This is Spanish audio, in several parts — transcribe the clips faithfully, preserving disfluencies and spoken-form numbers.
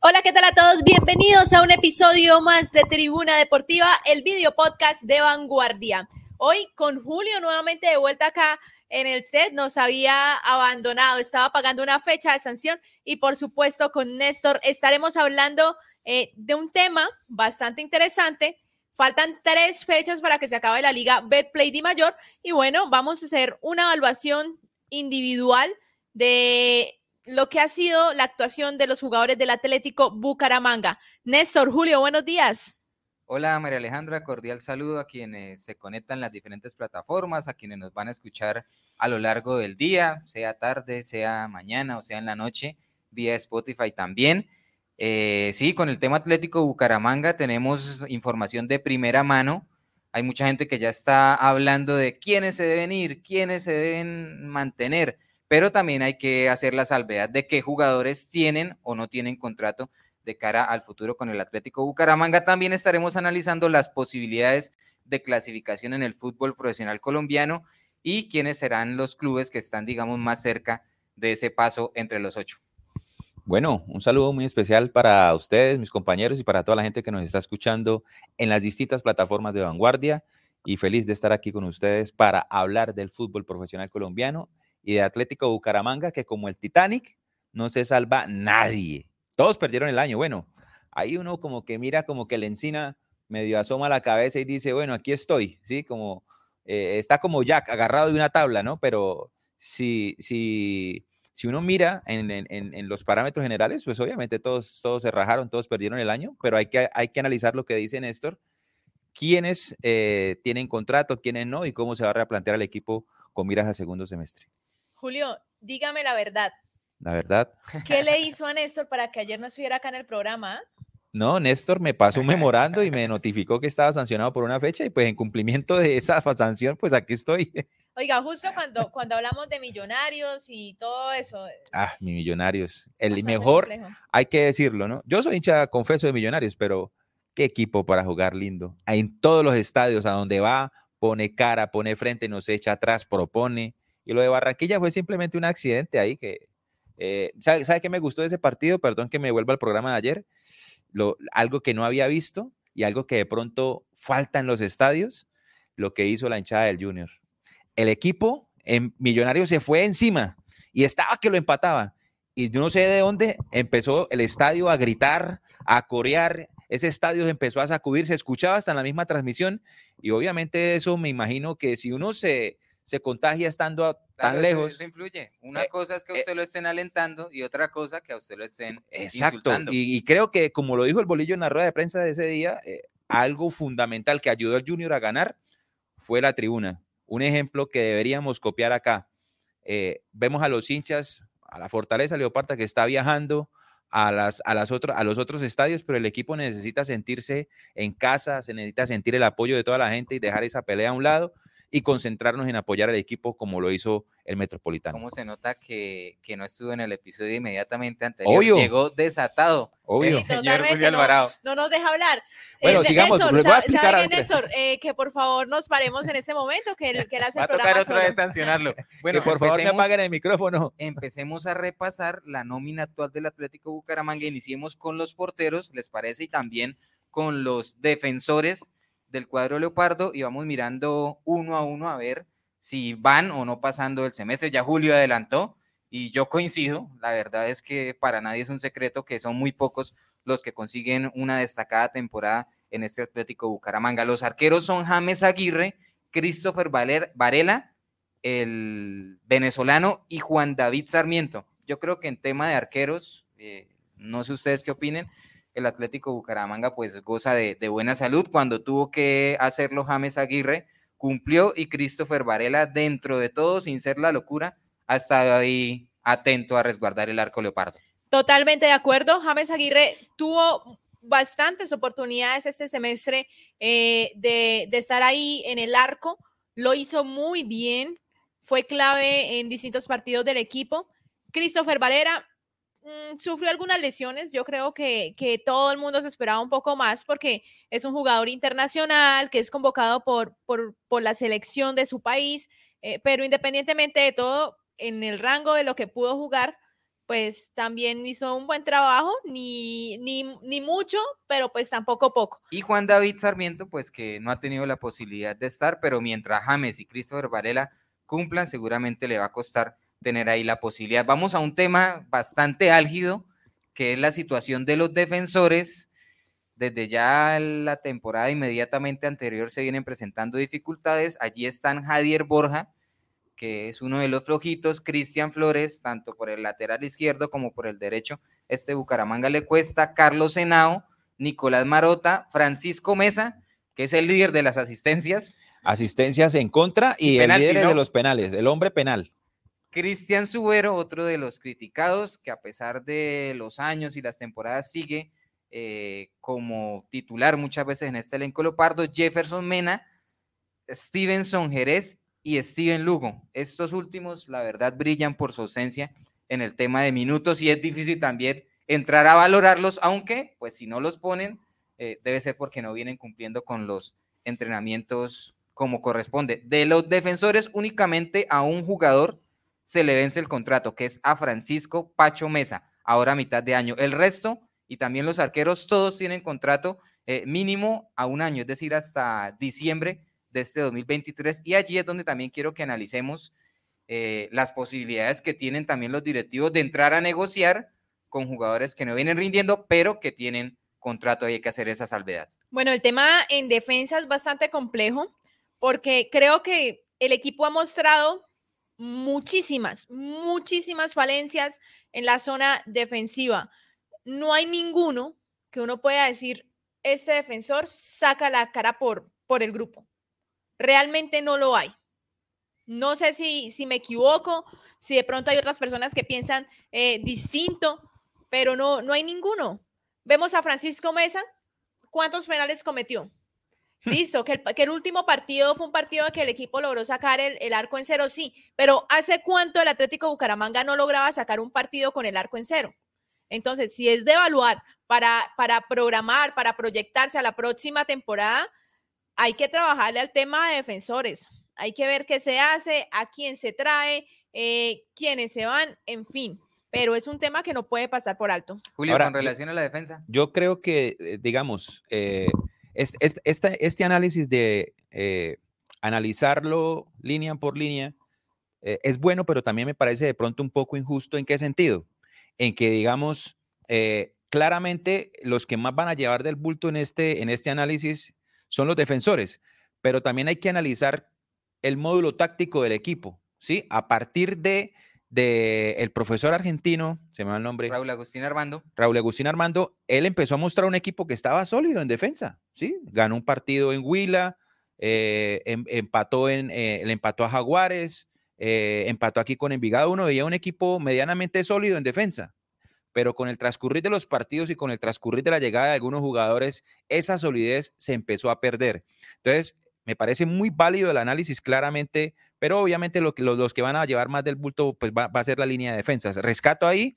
Hola, ¿qué tal a todos? Bienvenidos a un episodio más de Tribuna Deportiva, el video podcast de Vanguardia. Hoy con Julio nuevamente de vuelta acá en el set, nos había abandonado, estaba pagando una fecha de sanción y por supuesto con Néstor estaremos hablando eh, de un tema bastante interesante. Faltan tres fechas para que se acabe la liga Betplay Dimayor y bueno, vamos a hacer una evaluación individual de lo que ha sido la actuación de los jugadores del Atlético Bucaramanga. Néstor, Julio, buenos días. Hola María Alejandra, cordial saludo a quienes se conectan en las diferentes plataformas, a quienes nos van a escuchar a lo largo del día, sea tarde, sea mañana o sea en la noche, vía Spotify también. Eh, sí, con el tema Atlético Bucaramanga tenemos información de primera mano. Hay mucha gente que ya está hablando de quiénes se deben ir, quiénes se deben mantener, pero también hay que hacer la salvedad de qué jugadores tienen o no tienen contrato de cara al futuro con el Atlético Bucaramanga. También estaremos analizando las posibilidades de clasificación en el fútbol profesional colombiano y quiénes serán los clubes que están, digamos, más cerca de ese paso entre los ocho. Bueno, un saludo muy especial para ustedes, mis compañeros, y para toda la gente que nos está escuchando en las distintas plataformas de Vanguardia, y feliz de estar aquí con ustedes para hablar del fútbol profesional colombiano y de Atlético Bucaramanga, que como el Titanic no se salva nadie. Todos perdieron el año. Bueno, ahí uno como que mira como que la encina medio asoma la cabeza y dice, bueno, aquí estoy, ¿sí? Como eh, está como Jack agarrado de una tabla, ¿no? Pero si, si, si uno mira en, en, en los parámetros generales, pues obviamente todos, todos se rajaron, todos perdieron el año, pero hay que, hay que analizar lo que dice Néstor, quiénes eh, tienen contrato, quiénes no, y cómo se va a replantear el equipo con miras al segundo semestre. Julio, dígame la verdad. La verdad. ¿Qué le hizo a Néstor para que ayer no estuviera acá en el programa? No, Néstor me pasó un memorando y me notificó que estaba sancionado por una fecha y pues en cumplimiento de esa sanción, pues aquí estoy. Oiga, justo cuando, cuando hablamos de Millonarios y todo eso. Ah, mi Millonarios. El mejor, complejo. Hay que decirlo, ¿no? Yo soy hincha confeso de Millonarios, pero qué equipo para jugar lindo. En todos los estadios a donde va, pone cara, pone frente, nos echa atrás, propone. Y lo de Barranquilla fue simplemente un accidente ahí que... Eh, ¿sabe, ¿Sabe qué me gustó de ese partido? Perdón que me vuelva al programa de ayer. Lo, algo que no había visto y algo que de pronto falta en los estadios, lo que hizo la hinchada del Junior. El equipo en Millonarios se fue encima y estaba que lo empataba. Y yo no sé de dónde empezó el estadio a gritar, a corear. Ese estadio empezó a sacudir, se escuchaba hasta en la misma transmisión. Y obviamente eso me imagino que si uno se, se contagia estando a, claro, tan lejos. Eso influye. Una eh, cosa es que a usted eh, lo estén alentando y otra cosa que a usted lo estén exacto. insultando. Y, y creo que, como lo dijo el Bolillo en la rueda de prensa de ese día, eh, algo fundamental que ayudó al Junior a ganar fue la tribuna. Un ejemplo que deberíamos copiar acá. Eh, vemos a los hinchas, a la Fortaleza Leoparda que está viajando a, las, a, las otro, a los otros estadios, pero el equipo necesita sentirse en casa, se necesita sentir el apoyo de toda la gente y dejar esa pelea a un lado y concentrarnos en apoyar al equipo como lo hizo el Metropolitano. ¿Cómo se nota que, que no estuvo en el episodio inmediatamente anterior? Obvio. Llegó desatado. Obvio. El señor Julio Alvarado. No, no nos deja hablar. Bueno, eh, sigamos. Néstor, Les voy a explicar ¿sabe qué, Néstor? Eh, que por favor nos paremos en ese momento, que él, que él hace Va el a programa tocar otra solo. vez sancionarlo. Bueno, que por favor me apaguen el micrófono. Empecemos a repasar la nómina actual del Atlético Bucaramanga. Iniciemos con los porteros, ¿les parece? Y también con los defensores del cuadro leopardo y vamos mirando uno a uno a ver si van o no pasando el semestre. Ya Julio adelantó y yo coincido. La verdad es que para nadie es un secreto que son muy pocos los que consiguen una destacada temporada en este Atlético Bucaramanga. Los arqueros son James Aguirre, Christopher Varela, el venezolano, y Juan David Sarmiento. Yo creo que en tema de arqueros, eh, no sé ustedes qué opinen, el Atlético Bucaramanga pues goza de, de buena salud. Cuando tuvo que hacerlo James Aguirre, cumplió, y Christopher Varela, dentro de todo, sin ser la locura, ha estado ahí atento a resguardar el arco leopardo. Totalmente de acuerdo. James Aguirre tuvo bastantes oportunidades este semestre eh, de, de estar ahí en el arco, lo hizo muy bien, fue clave en distintos partidos del equipo. Christopher Varela mmm, sufrió algunas lesiones, yo creo que, que todo el mundo se esperaba un poco más porque es un jugador internacional que es convocado por, por, por la selección de su país, eh, pero independientemente de todo, en el rango de lo que pudo jugar, pues también hizo un buen trabajo, ni, ni, ni mucho, pero pues tampoco poco. Y Juan David Sarmiento, pues que no ha tenido la posibilidad de estar, pero mientras James y Christopher Varela cumplan, seguramente le va a costar tener ahí la posibilidad. Vamos a un tema bastante álgido, que es la situación de los defensores. Desde ya la temporada inmediatamente anterior se vienen presentando dificultades. Allí están Jadier Borja, que es uno de los flojitos, Cristian Flores, tanto por el lateral izquierdo como por el derecho, este Bucaramanga le cuesta, Carlos Henao, Nicolás Marota, Francisco Mesa, que es el líder de las asistencias. Asistencias en contra y, y el líder no. de los penales, el hombre penal. Cristian Subero, otro de los criticados, que a pesar de los años y las temporadas sigue eh, como titular muchas veces en este elenco Leopardo, Jefferson Mena, Stevenson Jerez y Steven Lugo. Estos últimos, la verdad, brillan por su ausencia en el tema de minutos y es difícil también entrar a valorarlos, aunque, pues si no los ponen, eh, debe ser porque no vienen cumpliendo con los entrenamientos como corresponde. De los defensores, únicamente a un jugador se le vence el contrato, que es a Francisco Pacho Mesa, ahora a mitad de año. El resto, y también los arqueros, todos tienen contrato eh, mínimo a un año, es decir, hasta diciembre de este dos mil veintitrés, y allí es donde también quiero que analicemos eh, las posibilidades que tienen también los directivos de entrar a negociar con jugadores que no vienen rindiendo, pero que tienen contrato y hay que hacer esa salvedad. Bueno, el tema en defensa es bastante complejo, porque creo que el equipo ha mostrado muchísimas, muchísimas falencias en la zona defensiva. No hay ninguno que uno pueda decir, este defensor saca la cara por, por el grupo. Realmente no lo hay. No sé si, si me equivoco, si de pronto hay otras personas que piensan eh, distinto, pero no, no hay ninguno. Vemos a Francisco Mesa, ¿cuántos penales cometió? Listo, que el, que el último partido fue un partido que el equipo logró sacar el, el arco en cero, sí, pero ¿hace cuánto el Atlético Bucaramanga no lograba sacar un partido con el arco en cero? Entonces, si es de evaluar para, para programar, para proyectarse a la próxima temporada, hay que trabajarle al tema de defensores, hay que ver qué se hace, a quién se trae, eh, quiénes se van, en fin, pero es un tema que no puede pasar por alto. Julio, Ahora, con relación yo, a la defensa. Yo creo que, digamos, eh, este, este, este análisis de eh, analizarlo línea por línea eh, es bueno, pero también me parece de pronto un poco injusto. ¿En qué sentido? En que, digamos, eh, claramente los que más van a llevar del bulto en este, en este análisis son los defensores, pero también hay que analizar el módulo táctico del equipo, ¿sí? A partir de, de el profesor argentino, se me va el nombre. Raúl Agustín Armando. Raúl Agustín Armando, él empezó a mostrar un equipo que estaba sólido en defensa, ¿sí? Ganó un partido en Huila, eh, em, empató, en, eh, le empató a Jaguares, eh, empató aquí con Envigado, uno veía un equipo medianamente sólido en defensa, pero con el transcurrir de los partidos y con el transcurrir de la llegada de algunos jugadores, esa solidez se empezó a perder. Entonces, me parece muy válido el análisis claramente, pero obviamente lo que, los, los que van a llevar más del bulto pues va, va a ser la línea de defensas. Rescato ahí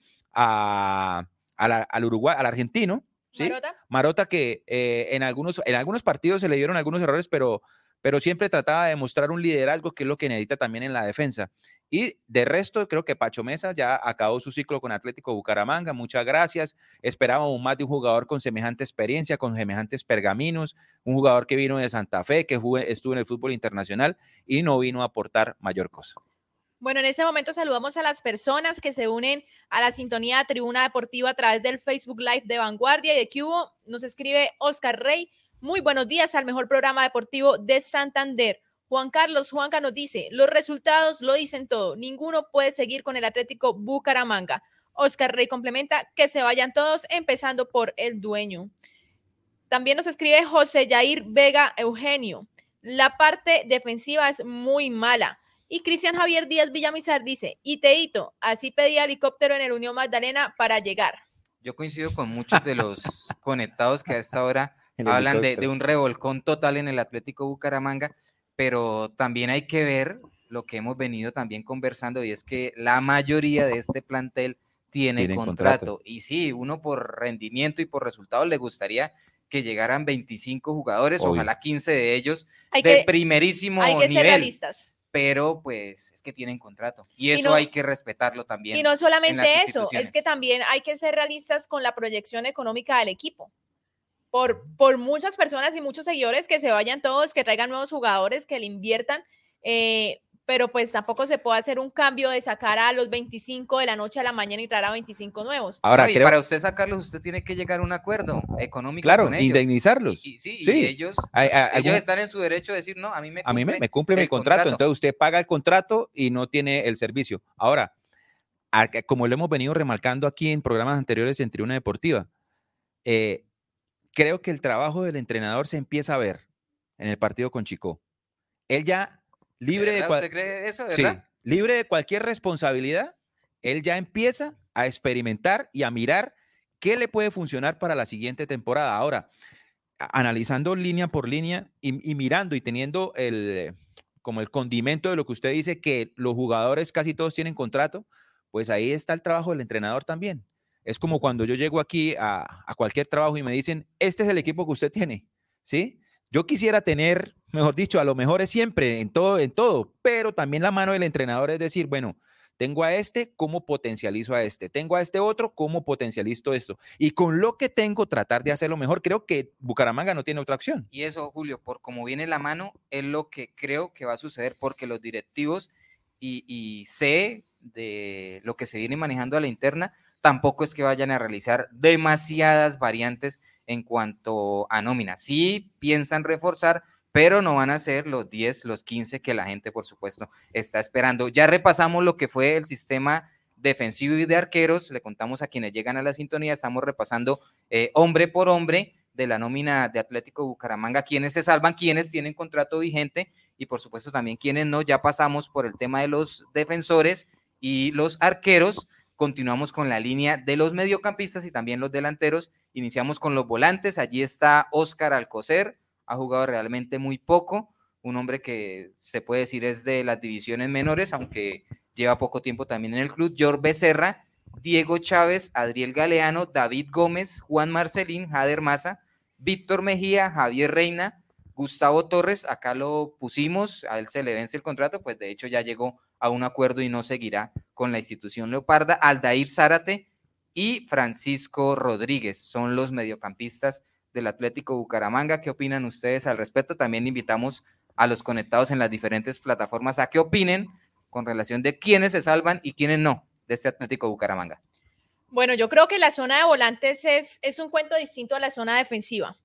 a, a la, al Uruguay, al argentino, ¿sí? Marota, Marota que eh, en, algunos, en algunos partidos se le dieron algunos errores, pero, pero siempre trataba de mostrar un liderazgo, que es lo que necesita también en la defensa. Y de resto, creo que Pacho Mesa ya acabó su ciclo con Atlético Bucaramanga. Muchas gracias. Esperábamos más de un jugador con semejante experiencia, con semejantes pergaminos, un jugador que vino de Santa Fe, que jugó, estuvo en el fútbol internacional y no vino a aportar mayor cosa. Bueno, en este momento saludamos a las personas que se unen a la sintonía de Tribuna Deportiva a través del Facebook Live de Vanguardia y de Cubo. Nos escribe Oscar Rey. Muy buenos días al mejor programa deportivo de Santander. Juan Carlos Juanca nos dice, los resultados lo dicen todo, ninguno puede seguir con el Atlético Bucaramanga. Oscar Rey complementa, que se vayan todos, empezando por el dueño. También nos escribe José Yair Vega Eugenio, la parte defensiva es muy mala. Y Cristian Javier Díaz Villamizar dice, Iteito, así pedía helicóptero en el Unión Magdalena para llegar. Yo coincido con muchos de los conectados que a esta hora hablan de, de un revolcón total en el Atlético Bucaramanga, pero también hay que ver lo que hemos venido también conversando y es que la mayoría de este plantel tiene contrato. contrato. Y sí, uno por rendimiento y por resultados le gustaría que llegaran veinticinco jugadores, Obvio. Ojalá quince de ellos hay de que, primerísimo hay que nivel. Ser realistas. pero pues es que tienen contrato y eso y no, hay que respetarlo también. Y no solamente eso, es que también hay que ser realistas con la proyección económica del equipo. Por, por muchas personas y muchos seguidores que se vayan todos, que traigan nuevos jugadores, que le inviertan, eh, pero pues tampoco se puede hacer un cambio de sacar a los veinticinco de la noche a la mañana y traer a veinticinco nuevos. Ahora, no, y creo... para usted sacarlos, usted tiene que llegar a un acuerdo económico claro, con ellos. Indemnizarlos. Y, y, sí, sí, y ellos, hay, hay, ellos algún... están en su derecho de decir, no, a mí me cumple, a mí me, me cumple mi contrato. contrato, entonces usted paga el contrato y no tiene el servicio. Ahora, como lo hemos venido remarcando aquí en programas anteriores en Tribuna Deportiva, eh, creo que el trabajo del entrenador se empieza a ver en el partido con Chico. Él ya libre ¿De, de, cual... ¿Usted cree eso, verdad? Sí, libre de cualquier responsabilidad, él ya empieza a experimentar y a mirar qué le puede funcionar para la siguiente temporada. Ahora, analizando línea por línea y, y mirando y teniendo el, como el condimento de lo que usted dice, que los jugadores casi todos tienen contrato, pues ahí está el trabajo del entrenador también. Es como cuando yo llego aquí a, a cualquier trabajo y me dicen, este es el equipo que usted tiene, ¿sí? Yo quisiera tener, mejor dicho, a lo mejor es siempre en todo, en todo, pero también la mano del entrenador es decir, bueno, tengo a este, ¿cómo potencializo a este? Tengo a este otro, ¿cómo potencializo esto? Y con lo que tengo, tratar de hacerlo mejor. Creo que Bucaramanga no tiene otra opción. Y eso, Julio, por cómo viene la mano, es lo que creo que va a suceder, porque los directivos y, y sé de lo que se viene manejando a la interna, tampoco es que vayan a realizar demasiadas variantes en cuanto a nómina. Sí piensan reforzar, pero no van a ser los diez, los quince que la gente, por supuesto, está esperando. Ya repasamos lo que fue el sistema defensivo y de arqueros, le contamos a quienes llegan a la sintonía, estamos repasando eh, hombre por hombre de la nómina de Atlético Bucaramanga, quienes se salvan, quienes tienen contrato vigente y por supuesto también quienes no. Ya pasamos por el tema de los defensores y los arqueros, continuamos con la línea de los mediocampistas y también los delanteros, iniciamos con los volantes. Allí está Óscar Alcocer, ha jugado realmente muy poco, un hombre que se puede decir es de las divisiones menores, aunque lleva poco tiempo también en el club. George Becerra, Diego Chávez, Adriel Galeano, David Gómez, Juan Marcelín, Jader Maza, Víctor Mejía, Javier Reina, Gustavo Torres, acá lo pusimos, a él se le vence el contrato, pues de hecho ya llegó a un acuerdo y no seguirá con la institución leoparda. Aldair Zárate y Francisco Rodríguez son los mediocampistas del Atlético Bucaramanga. ¿Qué opinan ustedes al respecto? También invitamos a los conectados en las diferentes plataformas a que opinen con relación de quiénes se salvan y quiénes no de este Atlético Bucaramanga. Bueno, yo creo que la zona de volantes es, es un cuento distinto a la zona defensiva.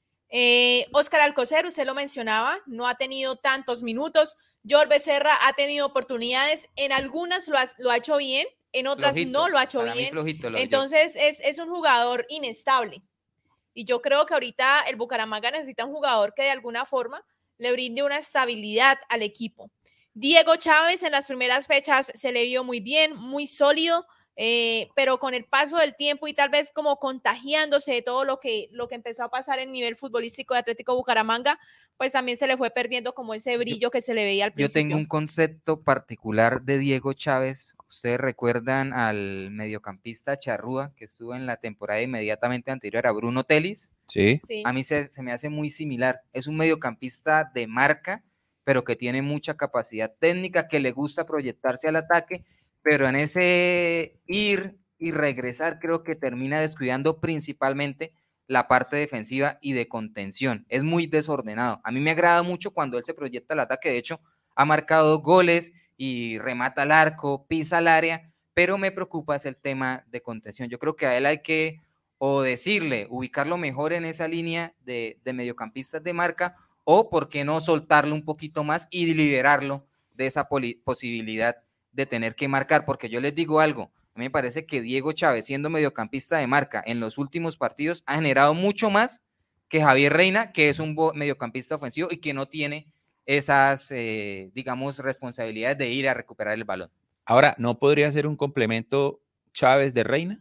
Eh, Óscar Alcocer, usted lo mencionaba, no ha tenido tantos minutos. George Becerra ha tenido oportunidades, en algunas lo ha, lo ha hecho bien, en otras flojito, no lo ha hecho bien. Flojito, lo Entonces es, es un jugador inestable. Y yo creo que ahorita el Bucaramanga necesita un jugador que de alguna forma le brinde una estabilidad al equipo. Diego Chávez en las primeras fechas se le vio muy bien, muy sólido, eh, pero con el paso del tiempo y tal vez como contagiándose de todo lo que, lo que empezó a pasar en nivel futbolístico de Atlético Bucaramanga, pues también se le fue perdiendo como ese brillo yo, que se le veía al principio. Yo tengo un concepto particular de Diego Chávez. Ustedes recuerdan al mediocampista Charrúa, que estuvo en la temporada inmediatamente anterior a Bruno Telis. Sí. sí. A mí se, se me hace muy similar. Es un mediocampista de marca, pero que tiene mucha capacidad técnica, que le gusta proyectarse al ataque, pero en ese ir y regresar creo que termina descuidando principalmente la parte defensiva y de contención. Es muy desordenado. A mí me agrada mucho cuando él se proyecta al ataque. De hecho, ha marcado goles y remata al arco, pisa al área, pero me preocupa es el tema de contención. Yo creo que a él hay que o decirle, ubicarlo mejor en esa línea de, de mediocampistas de marca, o por qué no soltarlo un poquito más y liberarlo de esa posibilidad de tener que marcar, porque yo les digo algo, a mí me parece que Diego Chávez, siendo mediocampista de marca en los últimos partidos, ha generado mucho más que Javier Reina, que es un mediocampista ofensivo y que no tiene esas, eh, digamos, responsabilidades de ir a recuperar el balón. Ahora, ¿no podría ser un complemento Chávez de Reina?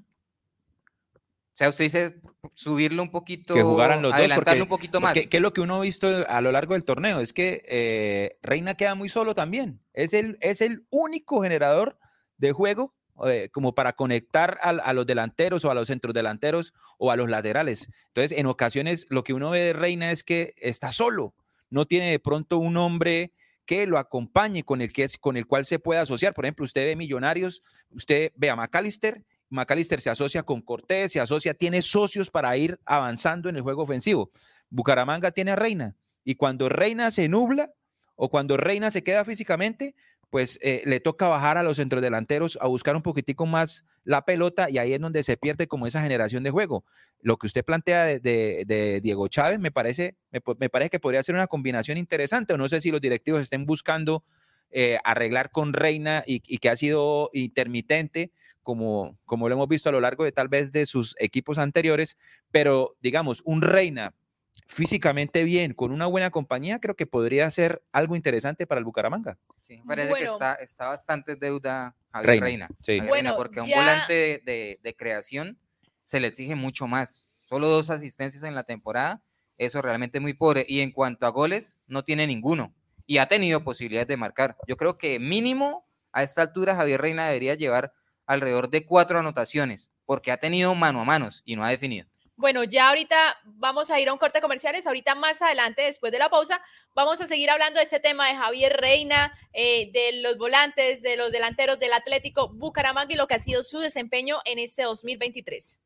O sea, usted dice subirlo un poquito, que jugaran los adelantarlo dos, porque, un poquito más. Porque, ¿qué es lo que uno ha visto a lo largo del torneo? Es que eh, Reina queda muy solo también. Es el, es el único generador de juego eh, como para conectar a, a los delanteros o a los centros delanteros o a los laterales. Entonces, en ocasiones lo que uno ve de Reina es que está solo. No tiene de pronto un hombre que lo acompañe, con el, que es, con el cual se pueda asociar. Por ejemplo, usted ve Millonarios, usted ve a McAllister, McAllister se asocia con Cortés, se asocia, tiene socios para ir avanzando en el juego ofensivo. Bucaramanga tiene a Reina, y cuando Reina se nubla o cuando Reina se queda físicamente, pues eh, le toca bajar a los centrodelanteros a buscar un poquitico más la pelota, y ahí es donde se pierde como esa generación de juego. Lo que usted plantea de, de, de Diego Chávez me parece, me, me parece que podría ser una combinación interesante, o no sé si los directivos estén buscando eh, arreglar con Reina y, y que ha sido intermitente, como, como lo hemos visto a lo largo de tal vez de sus equipos anteriores, pero digamos, un Reina físicamente bien, con una buena compañía, creo que podría ser algo interesante para el Bucaramanga. Sí, me parece bueno, que está, está bastante deuda Javier Reina, Reina, sí. Javier bueno, Reina, porque a un ya... volante de, de, de creación se le exige mucho más. Solo dos asistencias en la temporada, eso realmente es muy pobre. Y en cuanto a goles, no tiene ninguno. Y ha tenido posibilidades de marcar. Yo creo que mínimo a esta altura Javier Reina debería llevar alrededor de cuatro anotaciones, porque ha tenido mano a manos y no ha definido. Bueno, ya ahorita vamos a ir a un corte de comerciales, ahorita más adelante, después de la pausa, vamos a seguir hablando de este tema de Javier Reina, eh, de los volantes, de los delanteros del Atlético Bucaramanga y lo que ha sido su desempeño en este dos mil veintitrés.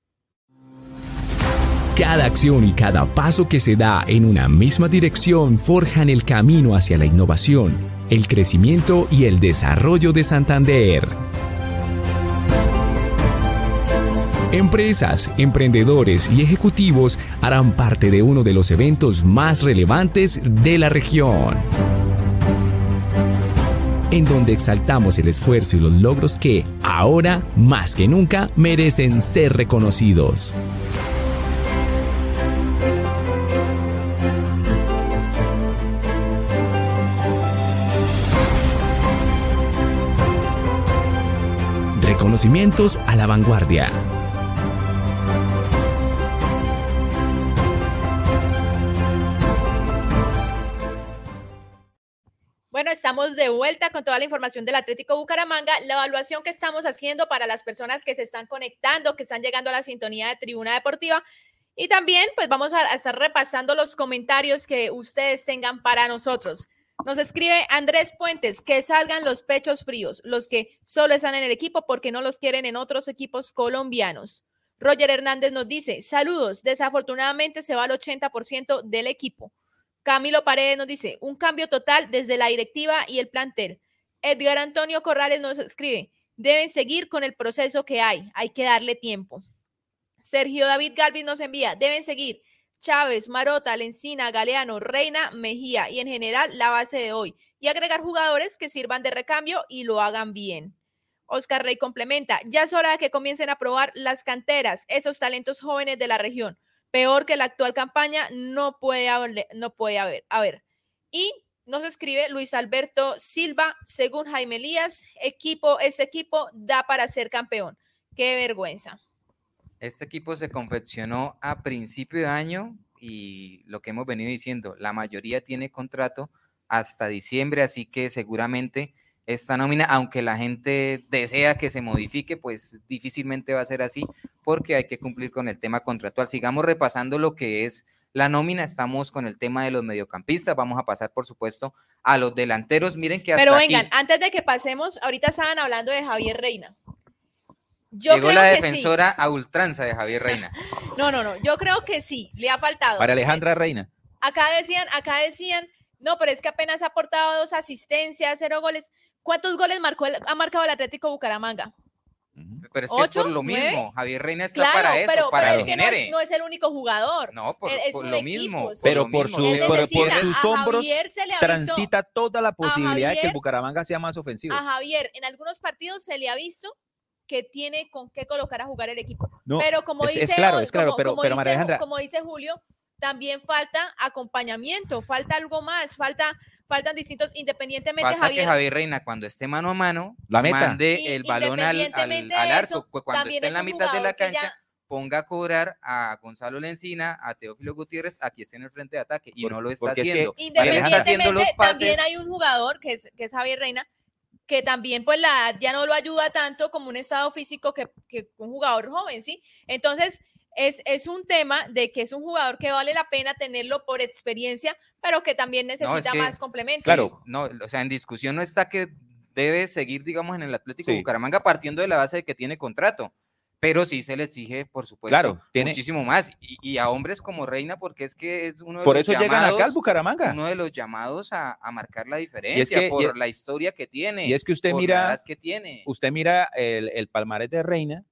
Cada acción y cada paso que se da en una misma dirección forjan el camino hacia la innovación, el crecimiento y el desarrollo de Santander. Empresas, emprendedores y ejecutivos harán parte de uno de los eventos más relevantes de la región, en donde exaltamos el esfuerzo y los logros que, ahora más que nunca, merecen ser reconocidos. Reconocimientos a la vanguardia. Bueno, estamos de vuelta con toda la información del Atlético Bucaramanga, la evaluación que estamos haciendo para las personas que se están conectando, que están llegando a la sintonía de Tribuna Deportiva, y también pues vamos a estar repasando los comentarios que ustedes tengan para nosotros. Nos escribe Andrés Puentes, que salgan los pechos fríos, los que solo están en el equipo porque no los quieren en otros equipos colombianos. Roger Hernández nos dice, saludos, desafortunadamente se va el ochenta por ciento del equipo. Camilo Paredes nos dice, un cambio total desde la directiva y el plantel. Edgar Antonio Corrales nos escribe, deben seguir con el proceso que hay, hay que darle tiempo. Sergio David Galvis nos envía, deben seguir Chávez, Marota, Lencina, Galeano, Reina, Mejía y en general la base de hoy, y agregar jugadores que sirvan de recambio y lo hagan bien. Oscar Rey complementa, ya es hora de que comiencen a probar las canteras, esos talentos jóvenes de la región. Peor que la actual campaña no puede haber, no puede haber. A ver, y nos escribe Luis Alberto Silva, según Jaime Elías, equipo, ese equipo da para ser campeón. Qué vergüenza. Este equipo se confeccionó a principio de año y lo que hemos venido diciendo, la mayoría tiene contrato hasta diciembre, así que seguramente esta nómina, aunque la gente desea que se modifique, pues difícilmente va a ser así porque hay que cumplir con el tema contractual. Sigamos repasando lo que es la nómina, estamos con el tema de los mediocampistas, vamos a pasar por supuesto a los delanteros. Miren que hasta Pero vengan, aquí, antes de que pasemos, ahorita estaban hablando de Javier Reina. Yo llegó creo la que defensora sí. a ultranza de Javier Reina. No, no, no, yo creo que sí, le ha faltado. Para Alejandra Reina. Acá decían, acá decían, no, pero es que apenas ha aportado dos asistencias, cero goles. ¿Cuántos goles marcó el, ha marcado el Atlético Bucaramanga? Pero es que ¿Ocho? por lo mismo, ¿Nueve? Javier Reina está Claro, para eso, pero, para pero que es que no genere. es, no es el único jugador. No, por, es por un lo equipo, mismo. sí. Pero lo por, mismo. su, Él pero por necesita- sus a hombros Javier se le ha visto- transita toda la posibilidad de que el Javier- Bucaramanga sea más ofensivo. A Javier, en algunos partidos se le ha visto que tiene con qué colocar a jugar el equipo. No, pero como es, dice, es claro, es claro, como, pero, como pero dice, María Alejandra, como dice Julio, también falta acompañamiento, falta algo más, falta, faltan distintos, independientemente Falta Javier. que Javier Reina, cuando esté mano a mano, La meta. mande Y el balón al, al, independientemente al de arco. eso, Pues cuando también esté en es la un mitad de la jugador que cancha, ya- ponga a cobrar a Gonzalo Lencina, a Teófilo Gutiérrez, aquí está en el frente de ataque, y Por- no lo está porque es que- haciendo. María Él está Alejandra, haciendo los Independientemente, pases. también hay un jugador que es, que es Javier Reina, que también pues la edad ya no lo ayuda tanto como un estado físico que, que un jugador joven, ¿sí? Entonces, es, es un tema de que es un jugador que vale la pena tenerlo por experiencia, pero que también necesita no, es que, más complementos. Claro, no, o sea, en discusión no está que debe seguir, digamos, en el Atlético sí. Bucaramanga partiendo de la base de que tiene contrato, pero sí se le exige, por supuesto, claro, tiene... muchísimo más, y, y a hombres como Reina, porque es que es uno de por los eso llamados, llegan acá al Bucaramanga, uno de los llamados a, a marcar la diferencia, y es que, por y, la historia que tiene, y es que usted por mira, la edad que tiene. Usted mira el, el palmarés de Reina,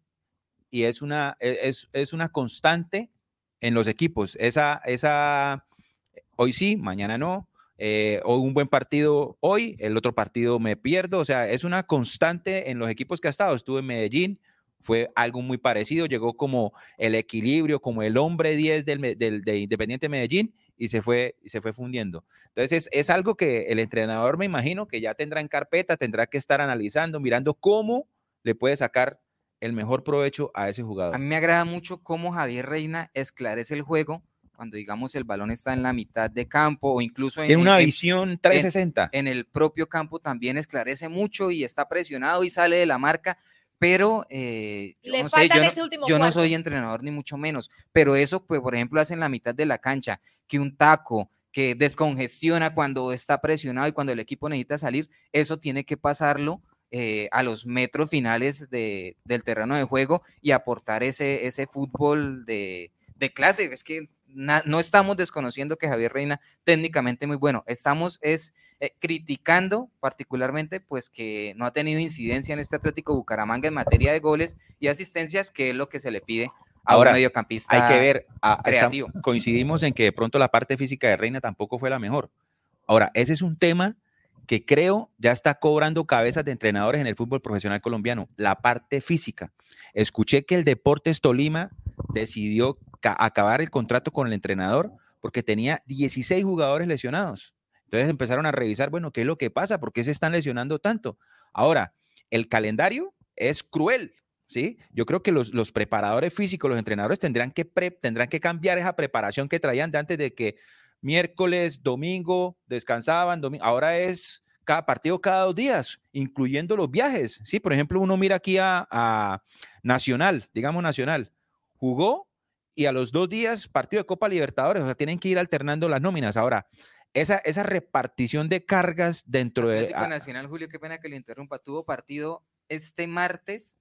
y es una, es, es una constante en los equipos, esa, esa, hoy sí, mañana no, eh, hoy un buen partido hoy, el otro partido me pierdo, o sea, es una constante en los equipos que ha estado. Estuve en Medellín, fue algo muy parecido, llegó como el equilibrio, como el hombre diez del, del, de Independiente Medellín y se fue, y se fue fundiendo. Entonces es, es algo que el entrenador, me imagino, que ya tendrá en carpeta, tendrá que estar analizando, mirando cómo le puede sacar el mejor provecho a ese jugador. A mí me agrada mucho cómo Javier Reina esclarece el juego cuando, digamos, el balón está en la mitad de campo o incluso en... Tiene una en, visión trescientos sesenta. En, en el propio campo también esclarece mucho y está presionado y sale de la marca, pero eh, yo, Le no, sé, yo, ese no, último yo no cuarto. soy entrenador ni mucho menos, pero eso, pues, por ejemplo, hace en la mitad de la cancha, que un taco, que descongestiona cuando está presionado y cuando el equipo necesita salir, eso tiene que pasarlo Eh, a los metros finales de, del terreno de juego y aportar ese, ese fútbol de, de clase. Es que na, no estamos desconociendo que Javier Reina técnicamente muy bueno, estamos es eh, criticando particularmente pues que no ha tenido incidencia en este Atlético Bucaramanga en materia de goles y asistencias, que es lo que se le pide a Ahora, un mediocampista hay que ver, a, creativo. Está, coincidimos en que de pronto la parte física de Reina tampoco fue la mejor. Ahora, ese es un tema que creo ya está cobrando cabezas de entrenadores en el fútbol profesional colombiano, la parte física. Escuché que el Deportes Tolima decidió acabar el contrato con el entrenador porque tenía dieciséis jugadores lesionados. Entonces empezaron a revisar, bueno, ¿qué es lo que pasa? ¿Por qué se están lesionando tanto? Ahora, el calendario es cruel, ¿sí? Yo creo que los, los preparadores físicos, los entrenadores tendrán que, pre, tendrán que cambiar esa preparación que traían de antes de que miércoles, domingo, descansaban, domingo. Ahora es cada partido cada dos días, incluyendo los viajes. Sí, por ejemplo, uno mira aquí a, a Nacional, digamos Nacional, jugó y a los dos días partido de Copa Libertadores, o sea, tienen que ir alternando las nóminas. Ahora, esa, esa repartición de cargas dentro Atlético de... Atlético Nacional, Julio, qué pena que le interrumpa, tuvo partido este martes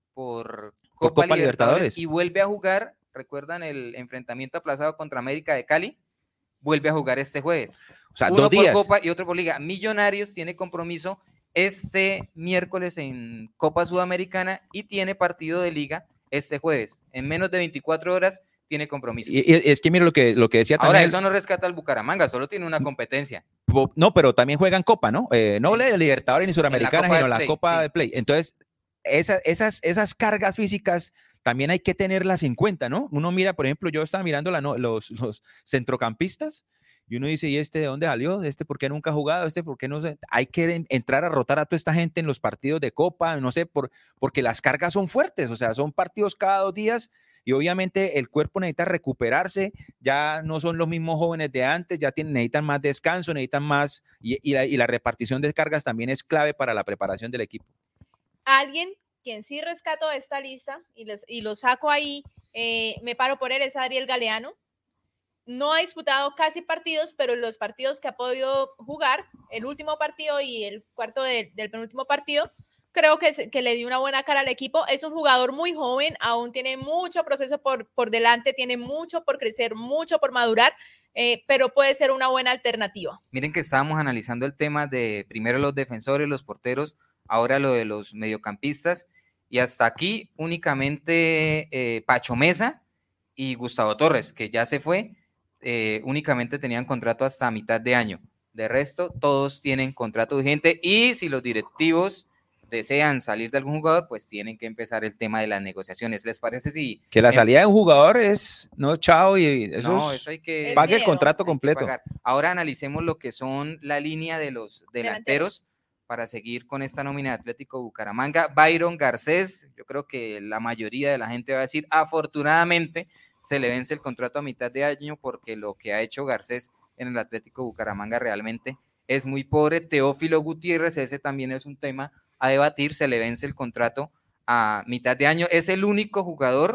por Copa, por Copa Libertadores, Libertadores y vuelve a jugar, ¿recuerdan el enfrentamiento aplazado contra América de Cali? Vuelve a jugar este jueves. O sea, uno dos por días. Copa y otro por Liga. Millonarios tiene compromiso este miércoles en Copa Sudamericana y tiene partido de Liga este jueves. En menos de veinticuatro horas tiene compromiso. Y, y es que mire lo que, lo que decía Ahora, también. eso no rescata al Bucaramanga, solo tiene una competencia. No, pero también juegan Copa, ¿no? Eh, no la Libertadores ni Suramericana, sino la Copa sí. de Play. Entonces, esa, esas, esas cargas físicas también hay que tenerlas en cuenta, ¿no? Uno mira, por ejemplo, yo estaba mirando la, no, los, los centrocampistas y uno dice, ¿y este de dónde salió? ¿Este por qué nunca ha jugado? ¿Este por qué no sé? Hay que entrar a rotar a toda esta gente en los partidos de Copa, no sé, por, porque las cargas son fuertes, o sea, son partidos cada dos días y obviamente el cuerpo necesita recuperarse, ya no son los mismos jóvenes de antes, ya tienen, necesitan más descanso, necesitan más, y, y, la, y la repartición de cargas también es clave para la preparación del equipo. Alguien quien sí rescato de esta lista y, les, y lo saco ahí, eh, me paro por él, es Ariel Galeano. No ha disputado casi partidos, pero los partidos que ha podido jugar, el último partido y el cuarto de, del penúltimo partido, creo que, se, que le dio una buena cara al equipo. Es un jugador muy joven, aún tiene mucho proceso por, por delante, tiene mucho por crecer, mucho por madurar, eh, pero puede ser una buena alternativa. Miren que estábamos analizando el tema de primero los defensores, los porteros, ahora lo de los mediocampistas, y hasta aquí únicamente eh, Pacho Mesa y Gustavo Torres, que ya se fue, eh, únicamente tenían contrato hasta mitad de año. De resto, todos tienen contrato vigente, y si los directivos desean salir de algún jugador, pues tienen que empezar el tema de las negociaciones. ¿Les parece si...? Que la salida de un jugador es, no, chao, y eso, no, es, eso hay que... pague el contrato completo. Ahora analicemos lo que son la línea de los delanteros, delanteros para seguir con esta nómina de Atlético Bucaramanga. Byron Garcés, yo creo que la mayoría de la gente va a decir, afortunadamente se le vence el contrato a mitad de año, porque lo que ha hecho Garcés en el Atlético Bucaramanga realmente es muy pobre. Teófilo Gutiérrez, ese también es un tema a debatir, se le vence el contrato a mitad de año. Es el único jugador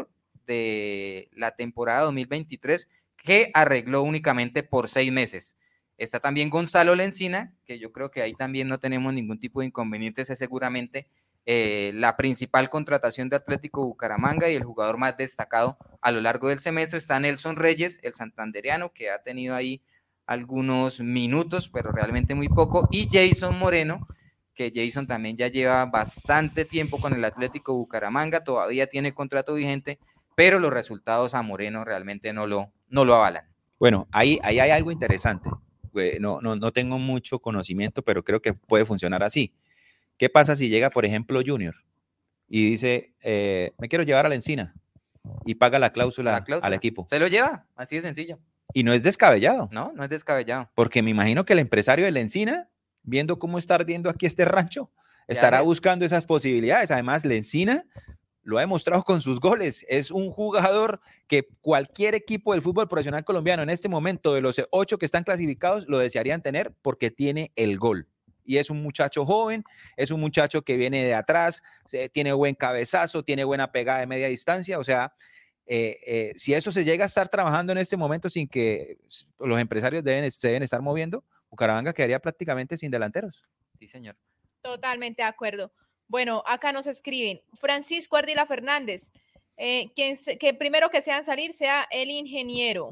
de la temporada dos mil veintitrés que arregló únicamente por seis meses. Está también Gonzalo Lencina, que yo creo que ahí también no tenemos ningún tipo de inconvenientes, es seguramente eh, la principal contratación de Atlético Bucaramanga y el jugador más destacado a lo largo del semestre. Está Nelson Reyes, el santandereano, que ha tenido ahí algunos minutos, pero realmente muy poco, y Jason Moreno, que Jason también ya lleva bastante tiempo con el Atlético Bucaramanga, todavía tiene contrato vigente, pero los resultados a Moreno realmente no lo, no lo avalan. Bueno, ahí, ahí hay algo interesante. No, no, no tengo mucho conocimiento, pero creo que puede funcionar así. ¿Qué pasa si llega, por ejemplo, Junior y dice, eh, me quiero llevar a la Encina y paga la cláusula, la cláusula al equipo? Se lo lleva, así de sencillo. Y no es descabellado. No, no es descabellado. Porque me imagino que el empresario de la Encina, viendo cómo está ardiendo aquí este rancho, estará ya buscando esas posibilidades. Además, la Encina lo ha demostrado con sus goles. Es un jugador que cualquier equipo del fútbol profesional colombiano en este momento, de los ocho que están clasificados, lo desearían tener porque tiene el gol. Y es un muchacho joven, es un muchacho que viene de atrás, tiene buen cabezazo, tiene buena pegada de media distancia. O sea, eh, eh, si eso se llega a estar trabajando en este momento sin que los empresarios deben, se deben estar moviendo, Bucaramanga quedaría prácticamente sin delanteros. Sí, señor. Totalmente de acuerdo. Bueno, acá nos escriben, Francisco Ardila Fernández, eh, quien se, que primero que sean salir sea el ingeniero.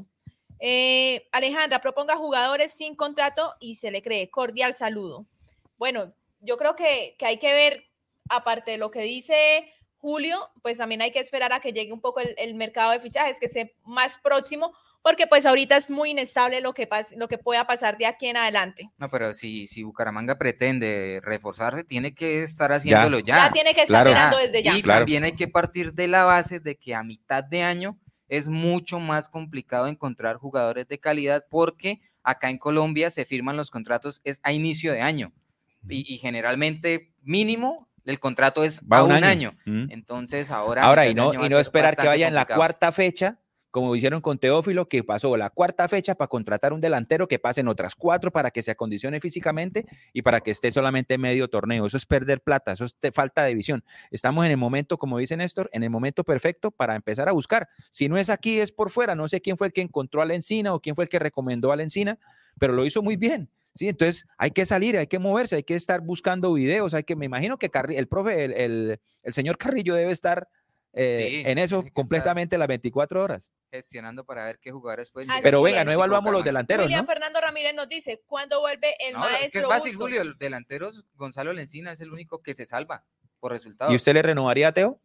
Eh, Alejandra, proponga jugadores sin contrato y se le cree. Cordial saludo. Bueno, yo creo que, que hay que ver, aparte de lo que dice Julio, pues también hay que esperar a que llegue un poco el, el mercado de fichajes, que esté más próximo, porque pues ahorita es muy inestable lo que, pas, lo que pueda pasar de aquí en adelante. No, pero si, si Bucaramanga pretende reforzarse, tiene que estar haciéndolo ya. Ya, ya tiene que estar claro. mirando desde ya. Y claro. También hay que partir de la base de que a mitad de año es mucho más complicado encontrar jugadores de calidad, porque acá en Colombia se firman los contratos es a inicio de año y, y generalmente mínimo el contrato es va a un, un año, año. Mm. Entonces ahora ahora y no, y no esperar que vaya complicado. En la cuarta fecha, como hicieron con Teófilo, que pasó la cuarta fecha para contratar un delantero, que pasen otras cuatro para que se acondicione físicamente y para que esté solamente medio torneo. Eso es perder plata, eso es falta de visión. Estamos en el momento, como dice Néstor, en el momento perfecto para empezar a buscar. Si no es aquí, es por fuera. No sé quién fue el que encontró a la Encina o quién fue el que recomendó a la Encina, pero lo hizo muy bien. Sí, entonces hay que salir, hay que moverse, hay que estar buscando videos, hay que, me imagino que Carri, el profe, el, el, el señor Carrillo debe estar eh, sí, en eso completamente las veinticuatro horas. Gestionando para ver qué jugadores pueden llegar. Pero venga, no evaluamos los delanteros, William ¿no? Fernando Ramírez nos dice, ¿cuándo vuelve el no, maestro es que es fácil, Bustos? Julio, el delanteros, Gonzalo Lencina es el único que se salva por resultados. ¿Y usted le renovaría a Teo?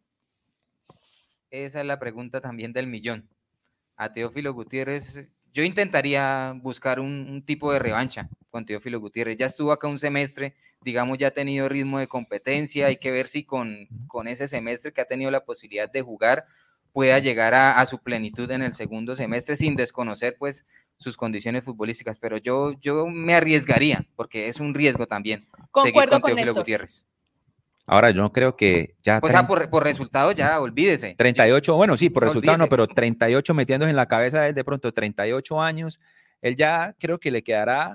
Esa es la pregunta también del millón. A Teófilo Gutiérrez, yo intentaría buscar un, un tipo de revancha con Teófilo Gutiérrez. Ya estuvo acá un semestre, digamos, ya ha tenido ritmo de competencia. Hay que ver si con, con ese semestre que ha tenido la posibilidad de jugar pueda llegar a, a su plenitud en el segundo semestre, sin desconocer pues sus condiciones futbolísticas. Pero yo, yo me arriesgaría, porque es un riesgo también. Concuerdo seguir con, con Teófilo Néstor. Gutiérrez. Ahora, yo no creo que ya... O sea, por, por resultados ya, olvídese. treinta y ocho, bueno, sí, por resultados no, pero olvídese. treinta y ocho metiéndose en la cabeza de, de pronto, treinta y ocho años, él ya creo que le quedará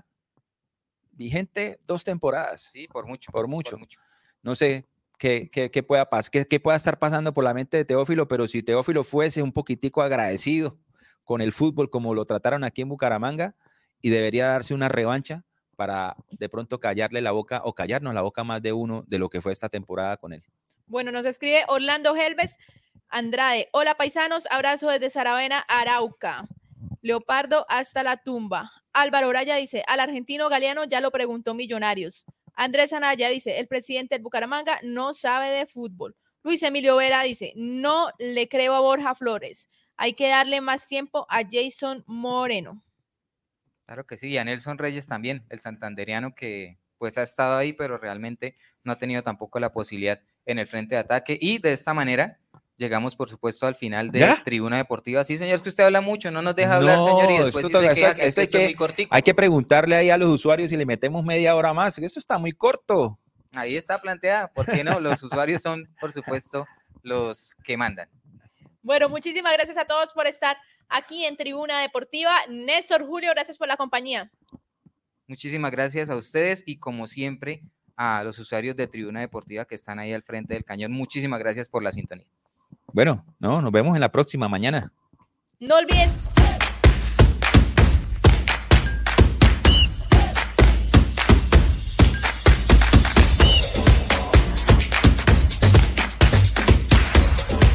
vigente dos temporadas. Sí, por mucho. Por mucho. Por mucho. No sé qué, qué, qué, pueda pas qué, qué pueda estar pasando por la mente de Teófilo, pero si Teófilo fuese un poquitico agradecido con el fútbol como lo trataron aquí en Bucaramanga, y debería darse una revancha para de pronto callarle la boca o callarnos la boca más de uno de lo que fue esta temporada con él. Bueno, nos escribe Orlando Helves Andrade. Hola paisanos, abrazo desde Saravena, Arauca. Leopardo hasta la tumba. Álvaro Oraya dice, al argentino Galeano ya lo preguntó Millonarios. Andrés Anaya dice, el presidente del Bucaramanga no sabe de fútbol. Luis Emilio Vera dice, no le creo a Borja Flores. Hay que darle más tiempo a Jason Moreno. Claro que sí, y a Nelson Reyes también, el santandereano que pues ha estado ahí, pero realmente no ha tenido tampoco la posibilidad en el frente de ataque. Y de esta manera llegamos, por supuesto, al final de ¿Ya? Tribuna Deportiva. Sí, señor, es que usted habla mucho, no nos deja hablar, no, señor, y después esto, sí se esto, queja que esto esto hay, es que, muy cortico. hay que preguntarle ahí a los usuarios si le metemos media hora más. Eso está muy corto. Ahí está planteada, ¿por qué no? Los usuarios son, por supuesto, los que mandan. Bueno, muchísimas gracias a todos por estar aquí en Tribuna Deportiva. Néstor, Julio, gracias por la compañía. Muchísimas gracias a ustedes y como siempre a los usuarios de Tribuna Deportiva que están ahí al frente del cañón. Muchísimas gracias por la sintonía. Bueno, no, nos vemos en la próxima mañana. No olviden